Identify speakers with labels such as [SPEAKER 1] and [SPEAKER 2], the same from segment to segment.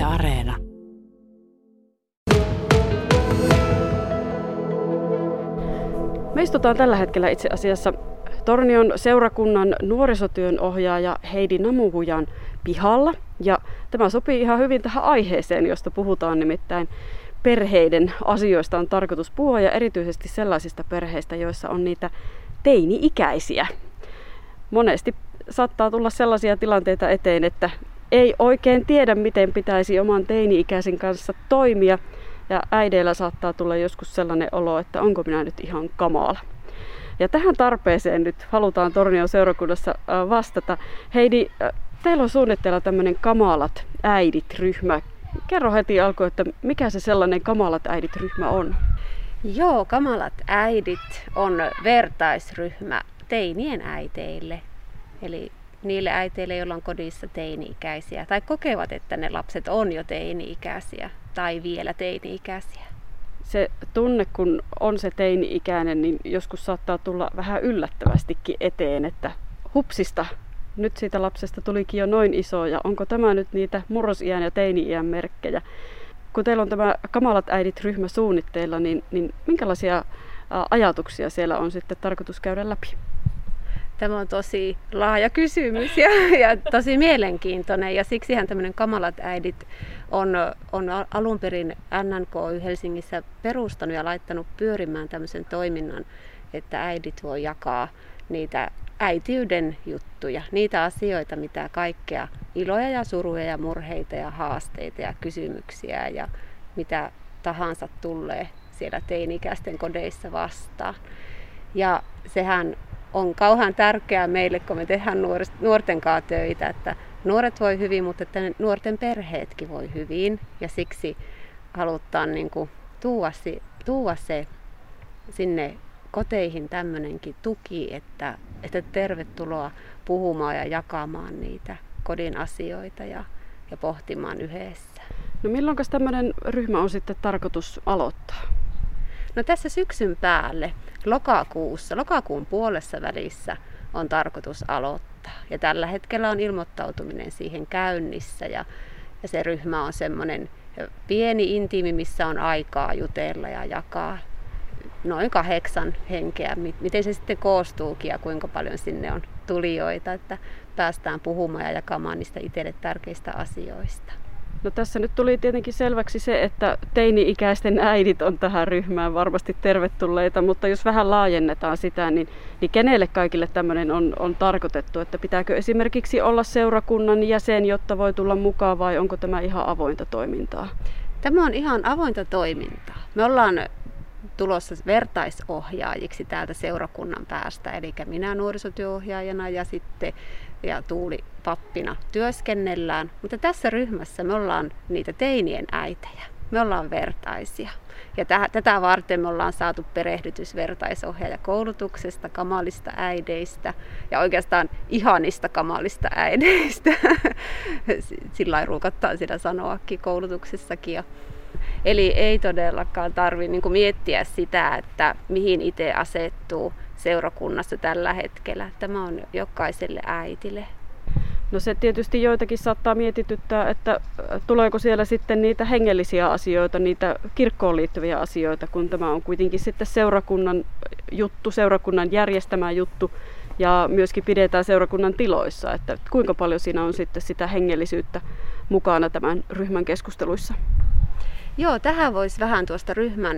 [SPEAKER 1] Areena.
[SPEAKER 2] Me istutaan tällä hetkellä itse asiassa Tornion seurakunnan nuorisotyön ohjaaja Heidi Namuhujan pihalla. Ja tämä sopii ihan hyvin tähän aiheeseen, josta puhutaan, nimittäin perheiden asioista on tarkoitus puhua ja erityisesti sellaisista perheistä, joissa on niitä teini-ikäisiä. Monesti saattaa tulla sellaisia tilanteita eteen, että ei oikein tiedä, miten pitäisi oman teini-ikäisen kanssa toimia. Ja äideillä saattaa tulla joskus sellainen olo, että onko minä nyt ihan kamala. Ja tähän tarpeeseen nyt halutaan Tornion seurakunnassa vastata. Heidi, teillä on suunnitteilla tämmöinen Kamalat äidit-ryhmä. Kerro heti alkuun, että mikä se sellainen Kamalat äidit-ryhmä on?
[SPEAKER 3] Joo, Kamalat äidit on vertaisryhmä teinien äiteille. Eli niille äiteille, joilla on kodissa teini-ikäisiä tai kokevat, että ne lapset on jo teini-ikäisiä tai vielä teini-ikäisiä.
[SPEAKER 2] Se tunne, kun on se teini-ikäinen, niin joskus saattaa tulla vähän yllättävästikin eteen, että hupsista, nyt siitä lapsesta tulikin jo noin iso ja onko tämä nyt niitä murrosiän ja teini-iän merkkejä. Kun teillä on tämä Kamalat äidit-ryhmä suunnitteilla, niin minkälaisia ajatuksia siellä on sitten tarkoitus käydä läpi?
[SPEAKER 3] Tämä on tosi laaja kysymys ja tosi mielenkiintoinen ja siksihän tämmöinen Kamalat äidit on alun perin NNKY Helsingissä perustanut ja laittanut pyörimään tämmöisen toiminnan, että äidit voi jakaa niitä äitiyden juttuja, niitä asioita, mitä kaikkea iloja ja suruja ja murheita ja haasteita ja kysymyksiä ja mitä tahansa tulee siellä teini-ikäisten kodeissa vastaan. Ja sehän on kauhean tärkeää meille, kun me tehdään nuorten kanssa töitä, että nuoret voi hyvin, mutta että nuorten perheetkin voi hyvin. Ja siksi halutaan niin kuin tuoda se sinne koteihin tämmöinenkin tuki, että tervetuloa puhumaan ja jakamaan niitä kodin asioita ja pohtimaan yhdessä.
[SPEAKER 2] No milloinkas tämmöinen ryhmä on sitten tarkoitus aloittaa?
[SPEAKER 3] No tässä syksyn päälle, lokakuun puolessa välissä on tarkoitus aloittaa. Ja tällä hetkellä on ilmoittautuminen siihen käynnissä ja se ryhmä on semmoinen pieni intiimi, missä on aikaa jutella ja jakaa noin 8 henkeä. Miten se sitten koostuukin ja kuinka paljon sinne on tulijoita, että päästään puhumaan ja jakamaan niistä itselle tärkeistä asioista.
[SPEAKER 2] No tässä nyt tuli tietenkin selväksi se, että teini-ikäisten äidit on tähän ryhmään varmasti tervetulleita, mutta jos vähän laajennetaan sitä, niin kenelle kaikille tämmöinen on tarkoitettu? Että pitääkö esimerkiksi olla seurakunnan jäsen, jotta voi tulla mukaan vai onko tämä ihan avointa toimintaa?
[SPEAKER 3] Tämä on ihan avointa toimintaa. Me ollaan tulossa vertaisohjaajiksi täältä seurakunnan päästä, eli minä nuorisotyöohjaajana ja Tuuli pappina työskennellään. Mutta tässä ryhmässä me ollaan niitä teinien äitejä. Me ollaan vertaisia. Ja tätä varten me ollaan saatu perehdytys vertaisohjaajakoulutuksesta, kamalista äideistä ja oikeastaan ihanista kamalista äideistä. Sillä lailla ruukattaa sitä sanoakin koulutuksessakin. Eli ei todellakaan tarvitse miettiä sitä, että mihin itse asettuu seurakunnassa tällä hetkellä. Tämä on jokaiselle äitille.
[SPEAKER 2] No se tietysti joitakin saattaa mietityttää, että tuleeko siellä sitten niitä hengellisiä asioita, niitä kirkkoon liittyviä asioita, kun tämä on kuitenkin sitten seurakunnan juttu, seurakunnan järjestämä juttu ja myöskin pidetään seurakunnan tiloissa, että kuinka paljon siinä on sitten sitä hengellisyyttä mukana tämän ryhmän keskusteluissa.
[SPEAKER 3] Joo, tähän voisi vähän tuosta ryhmän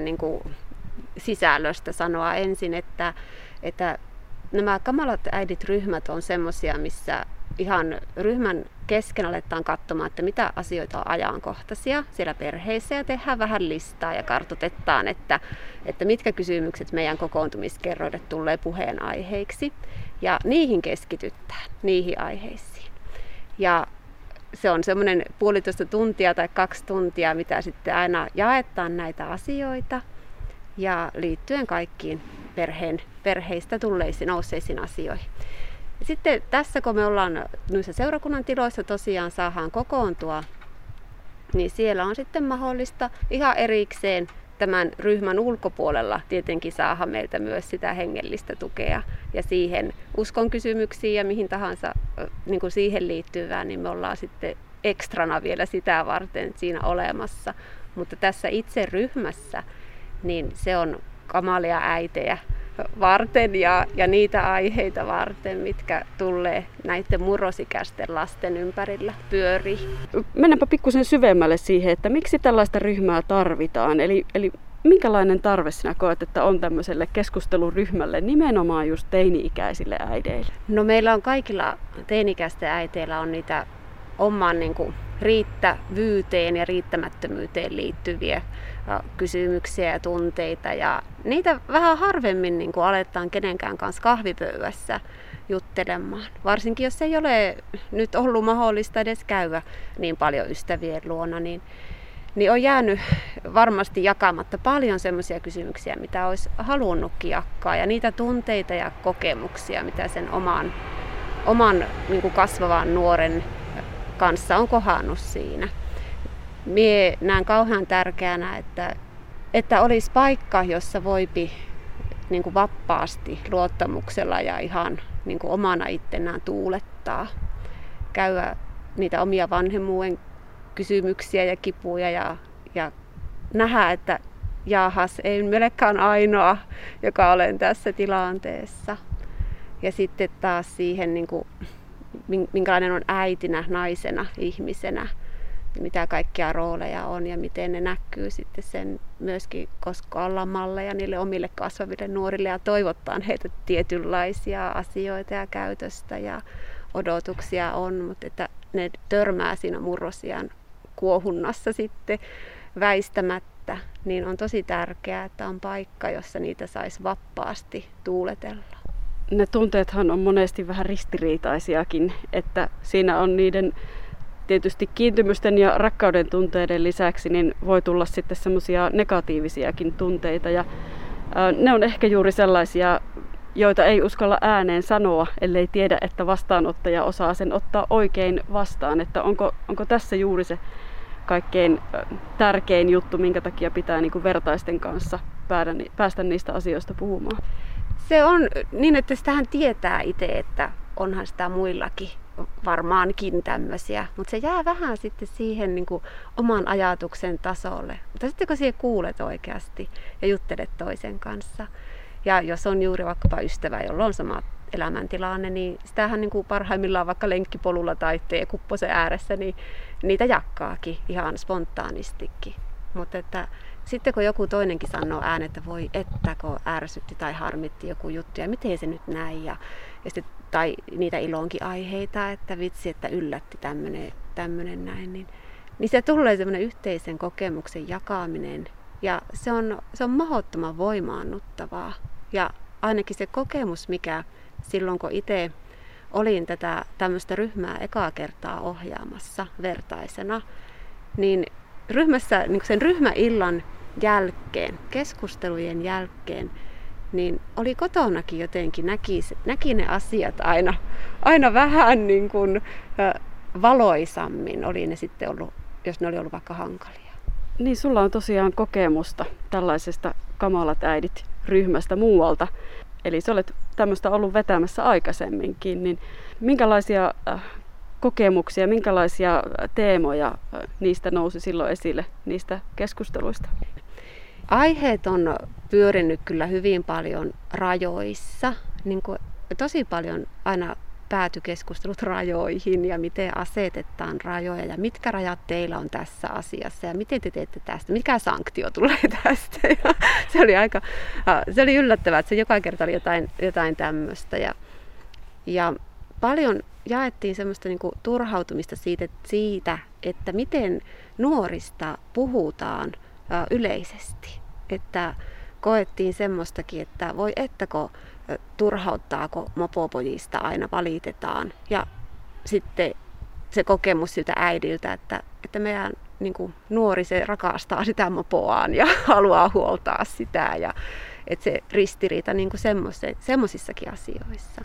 [SPEAKER 3] sisällöstä sanoa ensin, että nämä Kamalat äidit-ryhmät on semmoisia, missä ihan ryhmän kesken aletaan katsomaan, että mitä asioita on ajankohtaisia siellä perheissä ja tehdään vähän listaa ja kartoitetaan, että mitkä kysymykset meidän kokoontumiskerroille tulee puheenaiheiksi ja niihin keskitytään, niihin aiheisiin. Ja se on semmoinen 1,5 tuntia tai 2 tuntia, mitä sitten aina jaetaan näitä asioita ja liittyen kaikkiin perheistä tulleisiin nousseisiin asioihin. Sitten tässä, kun me ollaan noissa seurakunnan tiloissa tosiaan saadaan kokoontua, niin siellä on sitten mahdollista ihan erikseen tämän ryhmän ulkopuolella tietenkin saada meiltä myös sitä hengellistä tukea. Ja siihen uskon kysymyksiin ja mihin tahansa niin kuin siihen liittyvään, niin me ollaan sitten ekstrana vielä sitä varten siinä olemassa. Mutta tässä itse ryhmässä, niin se on kamalia äitejä varten ja niitä aiheita varten, mitkä tulee näiden murrosikäisten lasten ympärillä pyörii.
[SPEAKER 2] Mennäänpä pikkusen syvemmälle siihen, että miksi tällaista ryhmää tarvitaan. Eli minkälainen tarve sinä koet, että on tämmöiselle keskusteluryhmälle nimenomaan just teini-ikäisille äideille?
[SPEAKER 3] No meillä on kaikilla teini-ikäisten äiteillä on niitä oman niin kuin riittävyyteen ja riittämättömyyteen liittyviä kysymyksiä ja tunteita. Ja niitä vähän harvemmin niin kuin aletaan kenenkään kanssa kahvipöydässä juttelemaan. Varsinkin jos ei ole nyt ollut mahdollista edes käydä niin paljon ystävien luona, niin on jäänyt varmasti jakamatta paljon semmoisia kysymyksiä, mitä olisi halunnutkin jakaa. Ja niitä tunteita ja kokemuksia, mitä sen oman niin kuin kasvavan nuoren kanssa on kohdannut siinä. Mie näen kauhean tärkeänä, että olisi paikka, jossa voipi niin kuin vapaasti, luottamuksella ja ihan niin kuin omana ittenään tuulettaa. Käydä niitä omia vanhemmuuden kysymyksiä ja kipuja ja nähdä, että jaahas, ei melkein ainoa, joka olen tässä tilanteessa. Ja sitten taas siihen, niin kuin, minkälainen on äitinä, naisena, ihmisenä, mitä kaikkia rooleja on ja miten ne näkyy sitten sen myöskin, koska ollaan malleja niille omille kasvaville nuorille ja toivottaa heitä tietynlaisia asioita ja käytöstä ja odotuksia on, mutta että ne törmää siinä murrosiän kuohunnassa sitten väistämättä, niin on tosi tärkeää, että on paikka, jossa niitä saisi vapaasti tuuletella.
[SPEAKER 2] Ne tunteethan on monesti vähän ristiriitaisiakin, että siinä on niiden tietysti kiintymysten ja rakkauden tunteiden lisäksi, niin voi tulla sitten semmoisia negatiivisiakin tunteita. Ja ne on ehkä juuri sellaisia, joita ei uskalla ääneen sanoa, ellei tiedä, että vastaanottaja osaa sen ottaa oikein vastaan. Että onko tässä juuri se kaikkein tärkein juttu, minkä takia pitää niin kuin vertaisten kanssa päästä niistä asioista puhumaan?
[SPEAKER 3] Se on niin, että sitähän tietää itse, että onhan sitä muillakin varmaankin tämmöisiä, mutta se jää vähän sitten siihen niin kuin oman ajatuksen tasolle. Mutta sitten kun siihen kuulet oikeasti ja juttelet toisen kanssa, ja jos on juuri vaikkapa ystävä, jolla on sama elämäntilanne, niin sitähän niin kuin parhaimmillaan vaikka lenkkipolulla tai teekupposen ääressä, niin niitä jakkaakin ihan spontaanistikin. Mutta että sitten kun joku toinenkin sanoo ääneen, että voi että kun ärsytti tai harmitti joku juttu ja miten se nyt näin, ja sitten, tai niitä ilonkin aiheita, että vitsi, että yllätti tämmöinen näin, niin se tulee semmoinen yhteisen kokemuksen jakaminen ja se on mahdottoman voimaannuttavaa. Ja ainakin se kokemus, mikä silloin kun itse olin tätä tämmöistä ryhmää ekaa kertaa ohjaamassa vertaisena, niin ryhmässä, niin sen ryhmäillan jälkeen, keskustelujen jälkeen, niin oli kotonakin jotenkin, näki ne asiat aina vähän niin kuin valoisammin, oli ne sitten ollut, jos ne oli ollut vaikka hankalia.
[SPEAKER 2] Niin, sulla on tosiaan kokemusta tällaisesta Kamalat äidit -ryhmästä muualta. Eli sä olet tämmöistä ollut vetämässä aikaisemminkin, niin minkälaisia kokemuksia, minkälaisia teemoja niistä nousi silloin esille, niistä keskusteluista?
[SPEAKER 3] Aiheet on pyörinyt kyllä hyvin paljon rajoissa. Niin kuin tosi paljon aina päätyi keskustelut rajoihin ja miten asetetaan rajoja ja mitkä rajat teillä on tässä asiassa ja miten te teette tästä, mikä sanktio tulee tästä. Ja se oli yllättävää, että se joka kerta oli jotain tämmöistä. Ja paljon jaettiin semmoista niin kuin turhautumista siitä, että miten nuorista puhutaan yleisesti. Että koettiin semmoistakin, että voi ettäkö turhauttaako mopopojista aina valitetaan. Ja sitten se kokemus siltä äidiltä, että meidän niin kuin nuori se rakastaa sitä mopoaan ja haluaa huoltaa sitä. Ja että se ristiriita niin kuin semmoisissakin asioissa.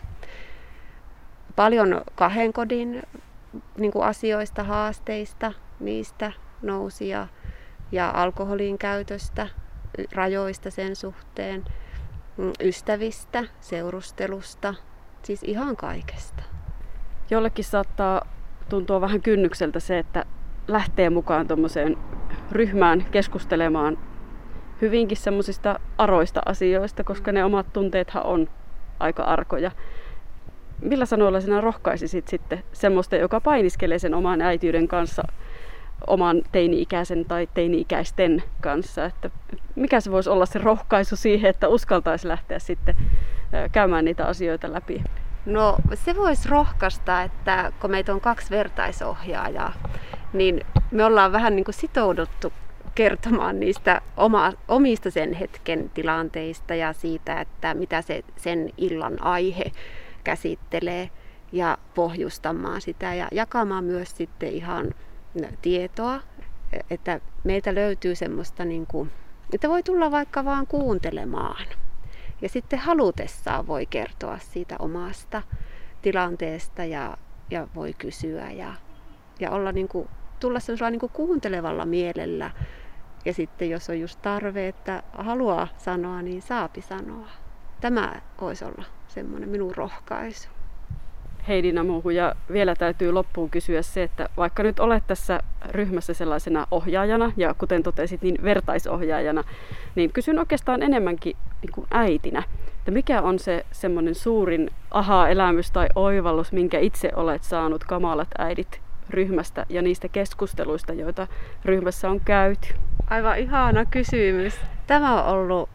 [SPEAKER 3] Paljon kahden kodin niin kuin asioista, haasteista, niistä nousi ja alkoholin käytöstä, rajoista sen suhteen, ystävistä, seurustelusta, siis ihan kaikesta.
[SPEAKER 2] Jollekin saattaa tuntuu vähän kynnykseltä se, että lähtee mukaan tuommoiseen ryhmään keskustelemaan hyvinkin semmoisista aroista asioista, koska ne omat tunteethan on aika arkoja. Millä sanoilla sinä rohkaisisit sitten semmoista, joka painiskelee sen oman äitiyden kanssa, oman teini-ikäisen tai teini-ikäisten kanssa? Että mikä se voisi olla se rohkaisu siihen, että uskaltaisi lähteä sitten käymään niitä asioita läpi?
[SPEAKER 3] No se voisi rohkaista, että kun meitä on 2 vertaisohjaajaa, niin me ollaan vähän niin kuin sitouduttu kertomaan niistä omista sen hetken tilanteista ja siitä, että mitä se sen illan aihe käsittelee ja pohjustamaan sitä ja jakamaan myös sitten ihan tietoa, että meiltä löytyy semmoista, niin kuin, että voi tulla vaikka vaan kuuntelemaan ja sitten halutessaan voi kertoa siitä omasta tilanteesta ja voi kysyä ja olla niin kuin, tulla semmoisella niin kuin kuuntelevalla mielellä ja sitten jos on just tarve, että haluaa sanoa, niin saapi sanoa. Tämä voisi olla semmoinen minun rohkaisu.
[SPEAKER 2] Heidi Namuhu, ja vielä täytyy loppuun kysyä se, että vaikka nyt olet tässä ryhmässä sellaisena ohjaajana ja kuten totesit, niin vertaisohjaajana, niin kysyn oikeastaan enemmänkin niin kuin äitinä, että mikä on se semmoinen suurin aha-elämys tai oivallus, minkä itse olet saanut Kamalat äidit ryhmästä ja niistä keskusteluista, joita ryhmässä on käyty?
[SPEAKER 3] Aivan ihana kysymys. Tämä on ollut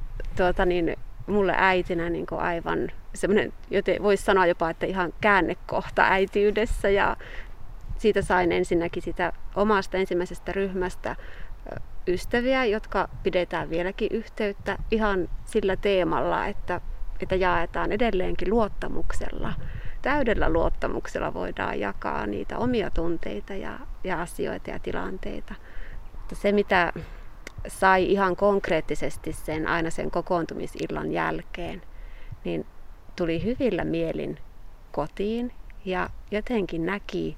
[SPEAKER 3] mulle äitinä niin kuin aivan semmoinen, joten voisi sanoa jopa, että ihan käännekohta äitiydessä ja siitä sain ensinnäkin sitä omasta ensimmäisestä ryhmästä ystäviä, jotka pidetään vieläkin yhteyttä ihan sillä teemalla, että jaetaan edelleenkin luottamuksella. Täydellä luottamuksella voidaan jakaa niitä omia tunteita ja asioita ja tilanteita. Se, mitä sai ihan konkreettisesti aina sen kokoontumisillan jälkeen, niin tuli hyvillä mielin kotiin ja jotenkin näki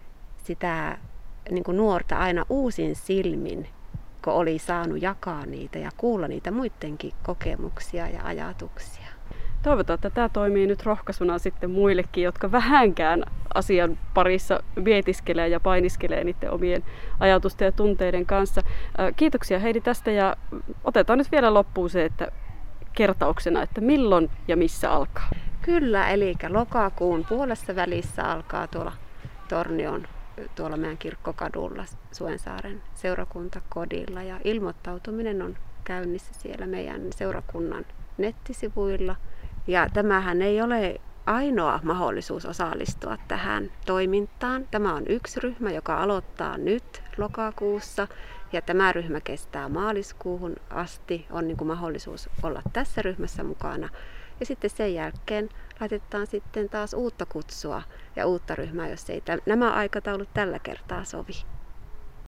[SPEAKER 3] sitä niin kuin nuorta aina uusin silmin, kun oli saanut jakaa niitä ja kuulla niitä muidenkin kokemuksia ja ajatuksia.
[SPEAKER 2] Toivotaan, että tämä toimii nyt rohkaisuna sitten muillekin, jotka vähänkään asian parissa mietiskelee ja painiskelee niiden omien ajatusten ja tunteiden kanssa. Kiitoksia Heidi tästä ja otetaan nyt vielä loppuun se, että kertauksena, että milloin ja missä alkaa.
[SPEAKER 3] Kyllä, eli lokakuun puolessa välissä alkaa tuolla Tornion, tuolla meidän kirkkokadulla Suensaaren seurakuntakodilla ja ilmoittautuminen on käynnissä siellä meidän seurakunnan nettisivuilla. Ja tämähän ei ole ainoa mahdollisuus osallistua tähän toimintaan. Tämä on yksi ryhmä, joka aloittaa nyt lokakuussa ja tämä ryhmä kestää maaliskuuhun asti. On niin kuin mahdollisuus olla tässä ryhmässä mukana. Ja sitten sen jälkeen laitetaan sitten taas uutta kutsua ja uutta ryhmää, jos ei nämä aikataulut tällä kertaa sovi.